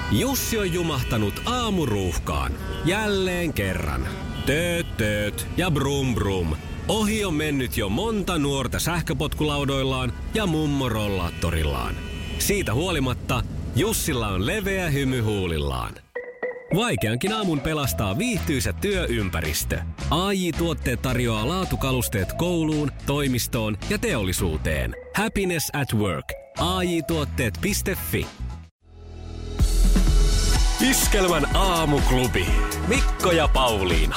Jussi on jumahtanut aamuruuhkaan. Jälleen kerran. Tööt ja brum brum. Ohi on mennyt jo monta nuorta sähköpotkulaudoillaan ja mummorollaattorillaan. Siitä huolimatta Jussilla on leveä hymy huulillaan. Vaikeankin aamun pelastaa viihtyisä työympäristö. AJ-tuotteet tarjoaa laatukalusteet kouluun, toimistoon ja teollisuuteen. Happiness at work. AJ-tuotteet.fi. Iskelmän aamuklubi. Mikko ja Pauliina.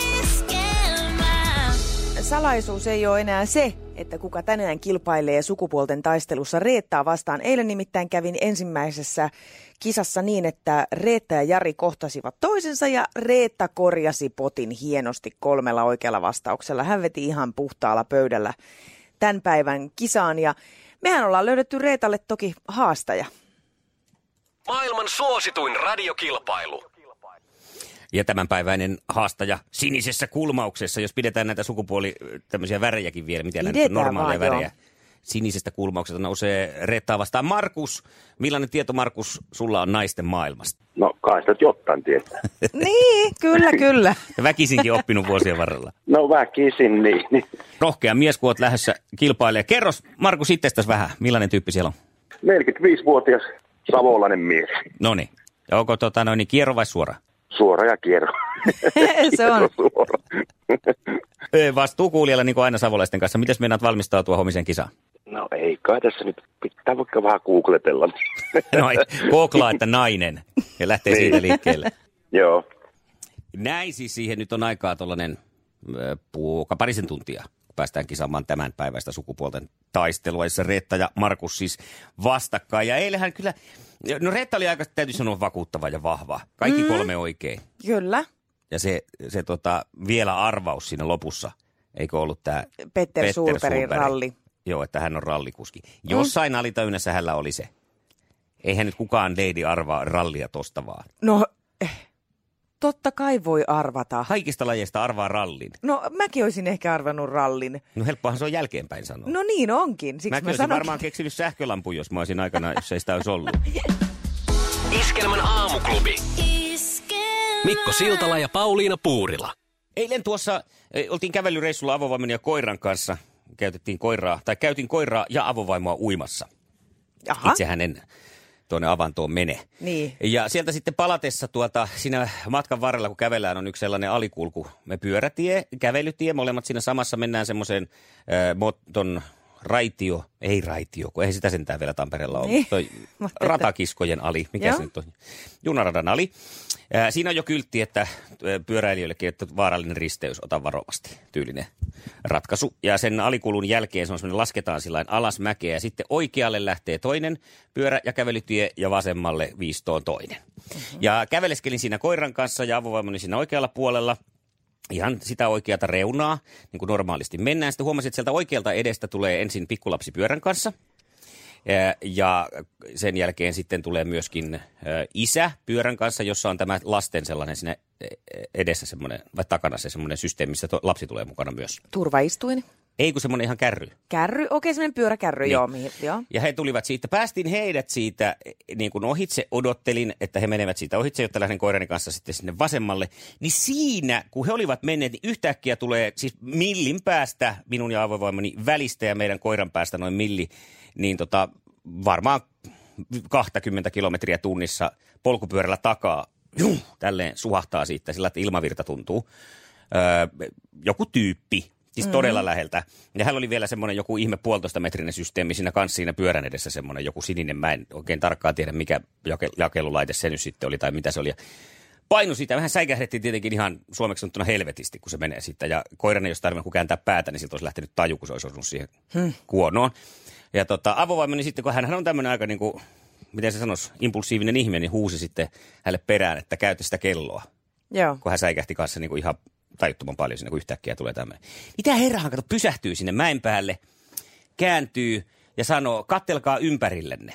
Salaisuus ei ole enää se, että kuka tänään kilpailee sukupuolten taistelussa Reettaa vastaan. Eilen nimittäin kävin ensimmäisessä kisassa niin, että Reetta ja Jari kohtasivat toisensa ja Reetta korjasi potin hienosti 3 oikealla vastauksella. Hän veti ihan puhtaalla pöydällä tämän päivän kisaan ja mehän ollaan löydetty Reetalle toki haastaja. Maailman suosituin radiokilpailu. Ja tämänpäiväinen haastaja sinisessä kulmauksessa, jos pidetään näitä tämmöisiä värejäkin vielä, mitä näitä normaaleja värejä. Sinisestä kulmauksesta nousee Reettaa vastaan Markus. Millainen tieto, Markus, sulla on naisten maailmasta? No kai sitä jotain tietää. Niin, kyllä. Ja väkisinkin oppinut vuosien varrella. No väkisin, niin. Rohkea mies, kun oot lähdössä kilpailemaan. Kerros, Markus, itsestäsi vähän. Millainen tyyppi siellä on? 45-vuotias savolainen mies. Noniin. Ja onko kierro vai suora? Suora ja kierro. Se on. Suora. Vastuu kuulijalla niin kuin aina savolaisten kanssa. Mites meinaat valmistautua homisen kisaan? No ei kai tässä nyt pitää vaikka vähän googletella. No ei, googlaa, että nainen ja lähtee siitä liikkeelle. Joo. Näin siis siihen nyt on aikaa tuollainen parisen tuntia, kun päästään kisaamaan tämän päiväistä sukupuolten taistelua, jossa Reetta ja Markus siis vastakkain. Ja eilähän kyllä, no Reetta oli aika, täytyy sanoa, vakuuttava ja vahva. Kaikki 3 oikein. Kyllä. Ja se vielä arvaus siinä lopussa, eikö ollut tämä Petter Sulbergin ralli. Joo, että hän on rallikuski. Jossain alitajunnassa hänellä oli se. Eihän nyt kukaan lady arvaa rallia tosta vaan. No, totta kai voi arvata. Kaikista lajeista arvaa rallin. No, mäkin olisin ehkä arvannut rallin. No helppohan se on jälkeenpäin sanoa. No niin onkin. Siksi mäkin olisin varmaan keksinyt sähkölampun, jos mä olisin aikana, jos ei sitä olisi ollut. Iskelmän aamuklubi. Mikko Siltala ja Pauliina Puurila. Eilen tuossa oltiin kävelyreissulla avovaimon ja koiran kanssa. Käytin koiraa ja avovaimoa uimassa. Jaha. Itsehän en tuonne avantoon mene. Niin. Ja sieltä sitten palatessa siinä matkan varrella, kun kävellään, on yksi sellainen alikulku. Me pyörätie, kävelytie, molemmat siinä samassa mennään semmoiseen kun ei sitä sentään vielä Tampereella ole. Niin. Ratakiskojen ali, mikä se nyt on? Junaradan ali. Siinä on jo kyltti, että pyöräilijöillekin, että vaarallinen risteys, ota varovasti, tyylinen ratkaisu. Ja sen alikulun jälkeen se on semmoinen, lasketaan sillain alas mäkeä ja sitten oikealle lähtee toinen pyörä- ja kävelytie ja vasemmalle viistoon toinen. Mm-hmm. Ja käveleskelin siinä koiran kanssa ja avovaimoni siinä oikealla puolella. Ihan sitä oikeata reunaa, niin kuin normaalisti mennään. Sitten huomasin, että sieltä oikealta edestä tulee ensin pikkulapsi pyörän kanssa. Ja sen jälkeen sitten tulee myöskin isä pyörän kanssa, jossa on tämä lasten sellainen siinä edessä semmoinen, vai takana se semmoinen systeemi, missä lapsi tulee mukana myös. Turvaistuin. Ei, kun semmoinen ihan kärry. Kärry, okei, semmoinen pyöräkärry, niin. joo. Ja he tulivat siitä, päästiin heidät siitä niin kuin ohitse, odottelin, että he menevät siitä ohitse, jotta lähden koirani kanssa sitten sinne vasemmalle. Niin siinä, kun he olivat menneet, niin yhtäkkiä tulee siis millin päästä minun ja avovaimoni välistä ja meidän koiran päästä noin milli, niin varmaan 20 kilometriä tunnissa polkupyörällä takaa. Tälleen suhahtaa siitä, sillä että ilmavirta tuntuu. Joku tyyppi. Siis todella läheltä. Ja hän oli vielä semmoinen joku ihme 1,5 metrinen systeemi siinä kanssa siinä pyörän edessä semmoinen joku sininen. Mä en oikein tarkkaan tiedä, mikä jakelulaite se nyt sitten oli tai mitä se oli. Ja painu siitä. Vähän säikähdettiin tietenkin ihan suomeksi sanottuna helvetisti, kun se menee siitä. Ja koiran ei olisi tarvinnut kääntää päätä, niin siltä olisi lähtenyt taju, kun se olisi osunut siihen kuonoon. Ja avovaimoni sitten, kun hän on tämmöinen aika niin kuin, miten se sanoisi, impulsiivinen ihminen, niin huusi sitten hänelle perään, että käytä sitä kelloa. Joo. Kun hän säikähti kanssa niin kuin ihan tajuttoman paljon siinä, kun yhtäkkiä tulee tämmöinen. Mitä herrahan, kato, pysähtyy sinne mäen päälle, kääntyy ja sanoo, kattelkaa ympärillenne.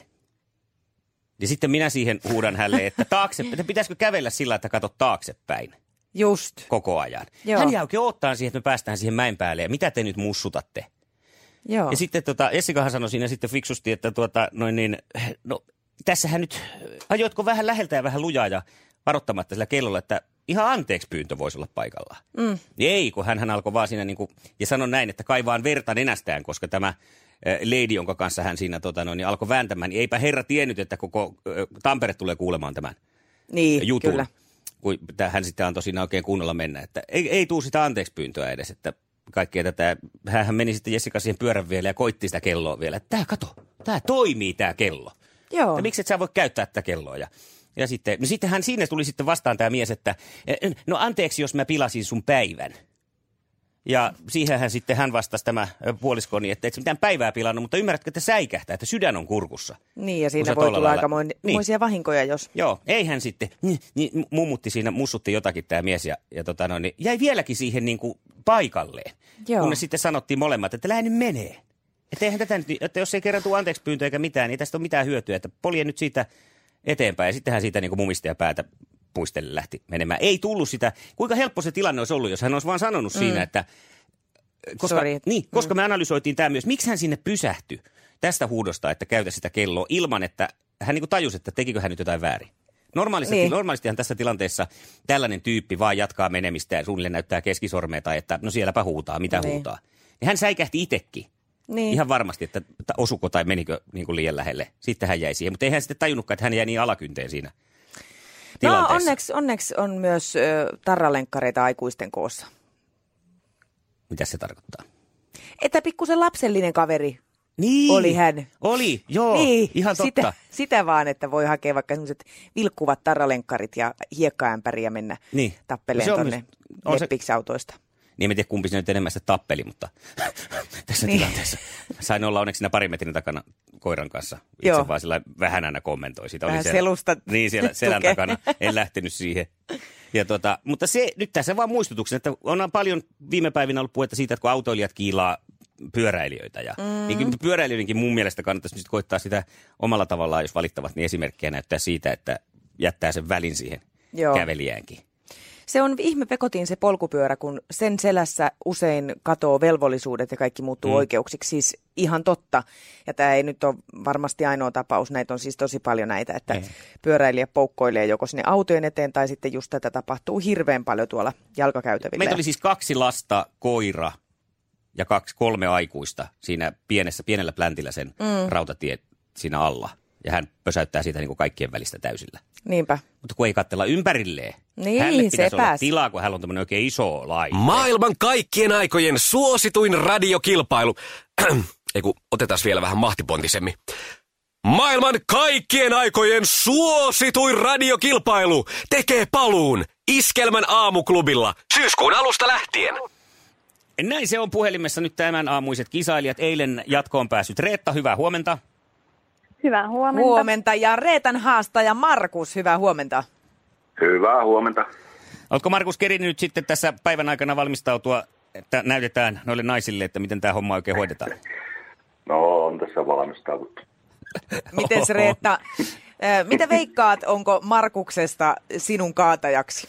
Ja sitten minä siihen huudan hänelle, että pitäisikö kävellä sillä, että katot taaksepäin. Just. Koko ajan. Joo. Hän jää oikein odottaa siihen, että me päästään siihen mäen päälle ja mitä te nyt mussutatte. Joo. Ja sitten Jessikahan sanoi siinä sitten fiksusti, että tässähän nyt ajoitko vähän läheltä ja vähän lujaa ja varoittamatta sillä kellolla, että ihan anteeksi pyyntö voisi olla paikallaan. Ei, kun hän alkoi vaan siinä ja sanoi näin, että kaivaan verta nenästään, koska tämä lady, jonka kanssa hän siinä niin alkoi vääntämään, niin eipä herra tiennyt, että koko Tampere tulee kuulemaan tämän jutun. Kyllä. Kun hän sitten antoi siinä oikein kunnolla mennä, että ei tule sitä anteeksi pyyntöä edes, että kaikkea tätä. Hän meni sitten Jessica siihen pyörän vielä ja koitti sitä kelloa vielä, että tämä toimii tämä kello. Joo. Että miksi et sä voi käyttää tätä kelloa ja sittenhän siinä tuli sitten vastaan tämä mies, että no anteeksi, jos mä pilasin sun päivän. Ja siihenhän sitten hän vastasi tämä puoliskoni, että et sä mitään päivää pilannut, mutta ymmärrätkö, että säikähtää, että sydän on kurkussa. Niin, ja siinä voi tulla aikamoisia vahinkoja, jos... Joo, ei hän sitten, mummutti siinä, mussutti jotakin tämä mies ja jäi vieläkin siihen niin kuin paikalleen. Joo. Kun ne sitten sanottiin molemmat, että lähde nyt menee. Että eihän tätä nyt, että jos ei kerran tule anteeksi pyyntö eikä mitään, niin ei tästä ole mitään hyötyä, että polje nyt siitä eteenpäin. Ja sittenhän siitä niin kuin mumista ja päätä puistelle lähti menemään. Ei tullut sitä, kuinka helppo se tilanne olisi ollut, jos hän olisi vaan sanonut siinä, että koska me analysoitiin tämä myös, miksi hän sinne pysähtyi tästä huudosta, että käytä sitä kelloa ilman, että hän niin kuin tajusi, että tekikö hän nyt jotain väärin. Normaalistihan tässä tilanteessa tällainen tyyppi vaan jatkaa menemistä ja suunnilleen näyttää keskisormea tai että no sielläpä huutaa, mitä huutaa. Ja hän säikähti itsekin. Niin. Ihan varmasti, että osuko tai menikö niin kuin liian lähelle. Sitten hän jäi siihen, mutta ei hän sitten tajunnutkaan, että hän jäi niin alakynteen siinä tilanteessa. No onneksi on myös tarralenkkareita aikuisten koossa. Mitä se tarkoittaa? Että pikkusen lapsellinen kaveri niin, oli hän. Oli, joo, niin, ihan totta. Sitä vaan, että voi hakea vaikka sellaiset vilkkuvat tarralenkkarit ja hiekkaämpäri ja mennä tappeleen tuonne leppiksautoista. Niin en tiedä kumpi se nyt enemmän sitä tappeli, mutta tässä tilanteessa sain olla onneksi siinä parin metrin takana koiran kanssa. Itse vaan sillä vähän aina kommentoi. Siitä vähän oli siellä, selusta niin siellä selän takana. En lähtenyt siihen. Ja mutta nyt tässä vaan muistutuksen, että on paljon viime päivinä ollut puhetta siitä, että kun autoilijat kiilaa pyöräilijöitä. Ja niin pyöräilijöidenkin mun mielestä kannattaisi nyt koittaa sitä omalla tavallaan, jos valittavat, niin esimerkkiä näyttää siitä, että jättää sen välin siihen kävelijäänkin. Se on ihme pekotiin se polkupyörä, kun sen selässä usein katoo velvollisuudet ja kaikki muuttuu oikeuksiksi. Siis ihan totta. Ja tämä ei nyt ole varmasti ainoa tapaus. Näitä on siis tosi paljon näitä, että pyöräilijä poukkoilee joko sinne autojen eteen tai sitten just tätä tapahtuu hirveän paljon tuolla jalkakäytävillä. Meitä oli siis 2 lasta, koira ja 3 aikuista siinä pienellä pläntillä sen rautatie siinä alla. Ja hän pösäyttää siitä niin kuin kaikkien välistä täysillä. Niinpä. Mutta kun ei katsella ympärilleen. Niin, hänelle pitäisi olla tilaa, kun hän on tämmöinen oikein iso laite. Maailman kaikkien aikojen suosituin radiokilpailu. Otetaan vielä vähän mahtipontisemmin. Maailman kaikkien aikojen suosituin radiokilpailu tekee paluun Iskelmän aamuklubilla syyskuun alusta lähtien. Näin se on puhelimessa nyt tämän aamuiset kisailijat. Eilen jatkoon päässyt Reetta, hyvää huomenta. Hyvää huomenta. Huomenta. Ja Reetan haastaja Markus, hyvää huomenta. Hyvää huomenta. Oletko Markus kerinyt nyt sitten tässä päivän aikana valmistautua, että näytetään noille naisille, että miten tämä homma oikein hoidetaan? No, on tässä valmistauduttu. Mites Reetta, mitä veikkaat, onko Markuksesta sinun kaatajaksi?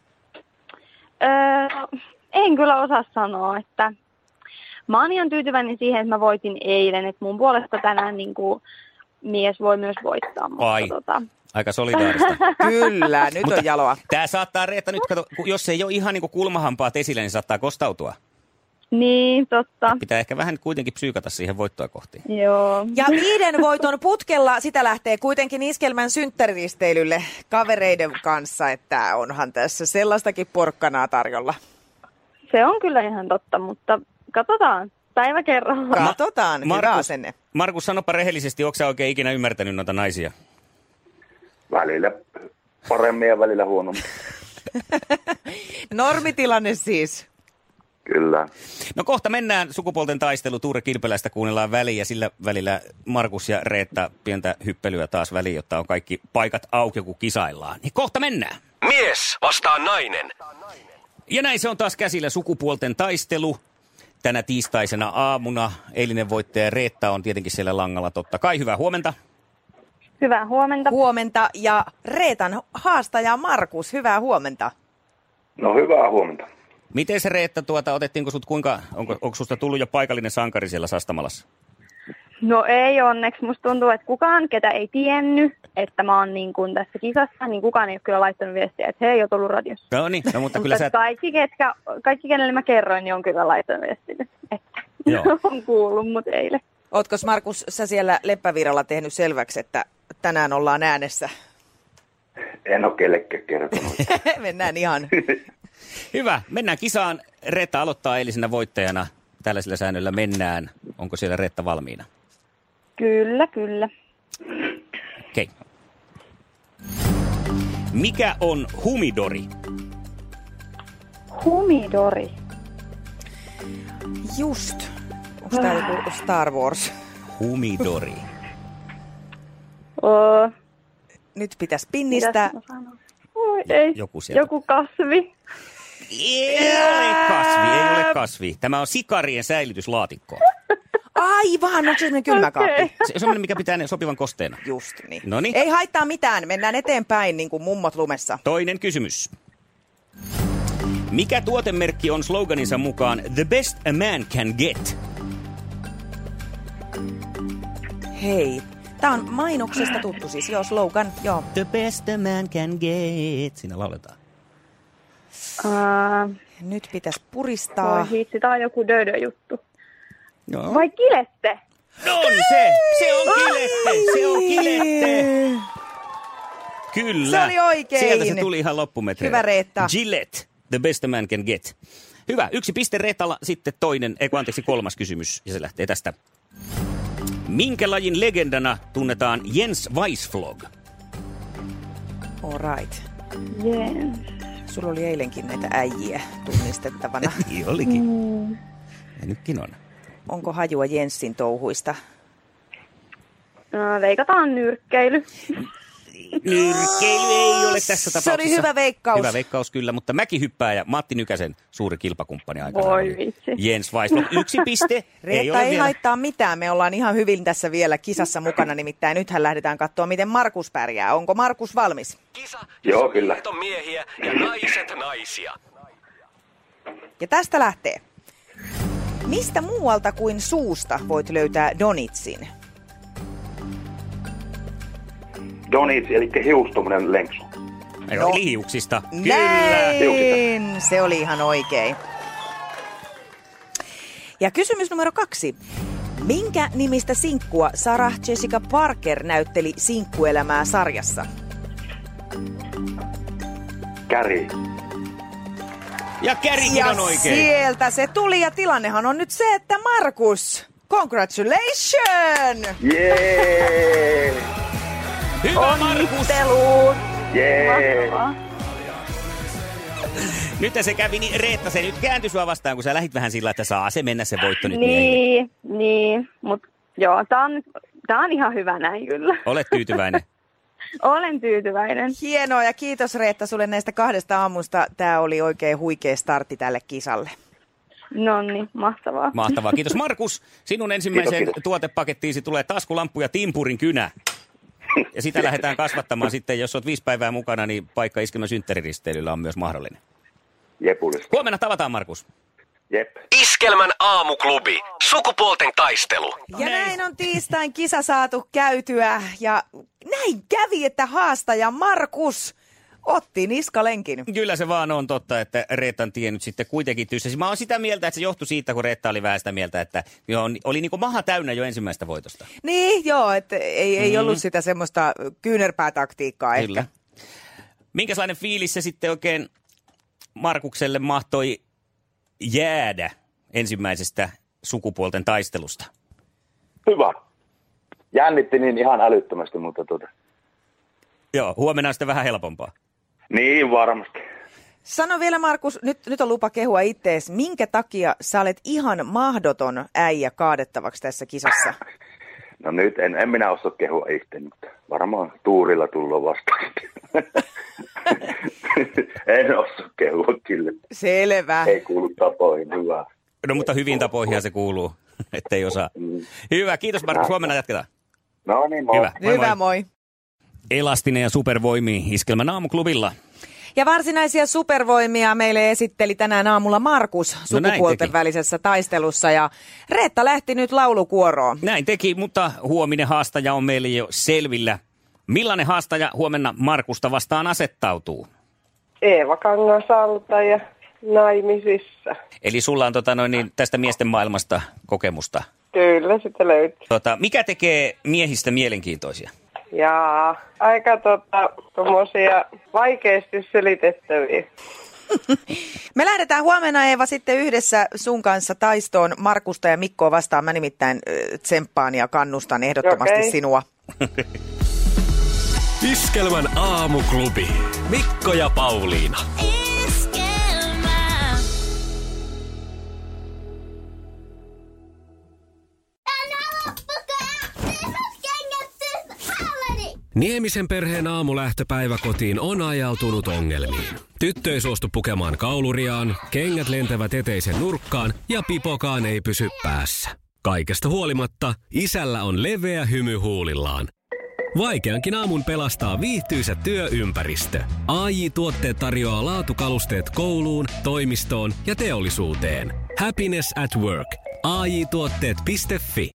En kyllä osaa sanoa, että mä oon ihan tyytyväinen siihen, että mä voitin eilen, että mun puolesta tänään niin kuin mies voi myös voittaa. Mutta aika solidaarista. Kyllä, nyt on jaloa. Tämä saattaa, Reetta, nyt kato, jos ei ole ihan niin kuin kulmahampaat esillä, niin saattaa kostautua. Niin, totta. Pitää ehkä vähän kuitenkin psyykata siihen voittoa kohti. Joo. Ja 5 voiton putkella sitä lähtee kuitenkin Iskelmän synttäriristeilylle kavereiden kanssa, että onhan tässä sellaistakin porkkanaa tarjolla. Se on kyllä ihan totta, mutta katsotaan. Päivä kerrallaan. Katsotaan, hyvä asenne. Markus, sanopa rehellisesti, onko sä oikein ikinä ymmärtänyt noita naisia? Välillä paremmin ja välillä huonommin. Normitilanne siis. Kyllä. No kohta mennään sukupuolten taistelu. Tuure Kilpeläistä kuunnellaan väliin ja sillä välillä Markus ja Reetta pientä hyppelyä taas väliin, jotta on kaikki paikat auki, kun kisaillaan. Niin kohta mennään. Mies vastaa nainen. Ja näin se on taas käsillä sukupuolten taistelu. Tänä tiistaisena aamuna eilinen voittaja Reetta on tietenkin siellä langalla totta kai. Hyvää huomenta. Hyvää huomenta. Huomenta. Ja Reetan haastaja Markus, hyvää huomenta. No hyvää huomenta. Miten se Reetta, otettiinko sut onko susta tullut jo paikallinen sankari siellä Sastamalassa? No ei onneksi. Musta tuntuu, että kukaan, ketä ei tiennyt, että mä oon niin kuin tässä kisassa, niin kukaan ei ole kyllä laittanut viestiä, että he ei ole tullut radiossa. No niin, no, mutta kyllä sä... Kaikki, kenelle mä kerroin, niin on kyllä laittanut viestiä, että on kuullut mut eilen. Ootko Markus sä siellä Leppävirralla tehnyt selväksi, että tänään ollaan äänessä? En ole kellekään kertonut. Mennään ihan. Hyvä, mennään kisaan. Reetta aloittaa eilisenä voittajana. Tällaisilla säännöillä mennään. Onko siellä Reetta valmiina? Kyllä, kyllä. Okei. Mikä on humidori? Humidori. Just. Onko tää joku Star Wars? Humidori. Nyt pitäisi pinnistää. Oi, ei. Joku kasvi. Ei ole kasvi. Tämä on sikarien säilytyslaatikko. Aivan, onko se semmoinen kylmäkaappi? Okay. Se on semmoinen, mikä pitää ne sopivan kosteena. Just niin. Noniin. Ei haittaa mitään, mennään eteenpäin niin kuin mummot lumessa. Toinen kysymys. Mikä tuotemerkki on sloganinsa mukaan The best a man can get? Hei, tää on mainoksesta tuttu siis, joo, slogan, joo. The best a man can get. Siinä lauletaan. Nyt pitäisi puristaa. Voi hitsi, tää on joku dödö-juttu. Joo. Vai kilette? No on se! Se on kilette! Se on kilette! Kyllä. Se oli oikein. Sieltä se tuli ihan loppumetreillä. Hyvä Reetta. Gillette, the best a man can get. Hyvä, 1 piste Reetalla, sitten kolmas kysymys, ja se lähtee tästä. Minkä lajin legendana tunnetaan Jens Weissflog? All right. Jens. Sulla oli eilenkin näitä äijiä tunnistettavana. Niin olikin. Ja nytkin on. Onko hajua Jenssin touhuista? Veikataan nyrkkeily. Nyrkkeily ei ole tässä tapauksessa. Se oli hyvä veikkaus. Hyvä veikkaus kyllä, mutta mäkihyppääjä Matti Nykäsen suuri kilpakumppani aikana. Voi vitsi. Jens Weissflog, 1 piste. Reetta ei haittaa mitään, me ollaan ihan hyvin tässä vielä kisassa mukana, nimittäin nythän lähdetään katsoa, miten Markus pärjää. Onko Markus valmis? Kisa, Joo, kyllä. miehet on miehiä ja naiset naisia. Ja tästä lähtee. Mistä muualta kuin suusta voit löytää donitsin? Donits, eli hius, tommonen lenksu. Eli hiuksista. Näin! Se oli ihan oikein. Ja kysymys numero 2. Minkä nimistä sinkkua Sarah Jessica Parker näytteli Sinkkuelämää sarjassa? Käri. Ja Kärikin on oikein. Sieltä se tuli ja tilannehan on nyt se, että Markus, congratulations! Jee! Hyvä Markus! Onnittelut! Jee! Nyt se kävi, niin Reetta, se nyt kääntyi sua vastaan, kun sä lähit vähän sillä, että saa se mennä se voitto nyt miehille. Niin, mutta joo, tää on ihan hyvä näin kyllä. Olet tyytyväinen. Olen tyytyväinen. Hienoa ja kiitos Reetta sulle näistä 2 aamusta. Tää oli oikein huikea startti tälle kisalle. Nonni, mahtavaa. Mahtavaa. Kiitos Markus. Sinun ensimmäiseen Kiitos. tuotepakettiisi tulee taskulamppu ja timpurin kynä. Ja sitä lähdetään kasvattamaan sitten, jos olet 5 päivää mukana, niin paikka Iskelmän synttäriristeilyllä on myös mahdollinen. Jepullista. Huomenna tavataan, Markus. Jep. Iskelmän aamuklubi. Sukupuolten taistelu. Ja näin on tiistain kisa saatu käytyä ja näin kävi, että haastaja Markus otti niskalenkin. Kyllä se vaan on totta, että Reetan tie nyt sitten kuitenkin tyssäsi. Mä oon sitä mieltä, että se johtui siitä, kun Reetta oli vähän sitä mieltä, että oli niin kuin maha täynnä jo ensimmäistä voitosta. Niin, joo, että ei ollut sitä semmoista kyynärpäätaktiikkaa Kyllä. ehkä. Minkälainen fiilis se sitten oikein Markukselle mahtoi jäädä ensimmäisestä sukupuolten taistelusta? Hyvä. Jännitti niin ihan älyttömästi, mutta Joo, huomenna on sitten vähän helpompaa. Niin varmasti. Sano vielä Markus, nyt on lupa kehua ittees, minkä takia sä olet ihan mahdoton äijä kaadettavaksi tässä kisassa? No nyt en minä osaa kehua itse, mutta varmaan tuurilla tullaan vastaan. En osaa kehua kyllä. Selvä. Ei kuulu tapoihin, hyvä. No mutta hyvin tapoihin se kuuluu, ettei osaa. Hyvä, kiitos Markus, huomenna jatketaan. No niin, moi. Hyvä, Hyvä, moi. Elastinen ja supervoimi Iskelmän aamuklubilla. Ja varsinaisia supervoimia meille esitteli tänään aamulla Markus sukupuolten välisessä taistelussa. Ja Reetta lähti nyt laulukuoroon. Näin teki, mutta huominen haastaja on meille jo selvillä. Millainen haastaja huomenna Markusta vastaan asettautuu? Eeva Kangasalta ja naimisissa. Eli sulla on tästä miesten maailmasta kokemusta? Kyllä, sitä löytyy. Mikä tekee miehistä mielenkiintoisia? Jaa, aika tommosia vaikeasti selitettäviä. Me lähdetään huomenna, Eeva, sitten yhdessä sun kanssa taistoon Markusta ja Mikkoa vastaan. Mä nimittäin tsemppaan ja kannustan ehdottomasti sinua. Iskelmän aamuklubi. Mikko ja Pauliina. Niemisen perheen aamulähtöpäivä kotiin on ajautunut ongelmiin. Tyttö ei suostu pukemaan kauluriaan, kengät lentävät eteisen nurkkaan ja pipokaan ei pysy päässä. Kaikesta huolimatta isällä on leveä hymy huulillaan. Vaikeankin aamun pelastaa viihtyisä työympäristö. AJ-tuotteet tarjoaa laatukalusteet kouluun, toimistoon ja teollisuuteen. Happiness at work. AJ-tuotteet.fi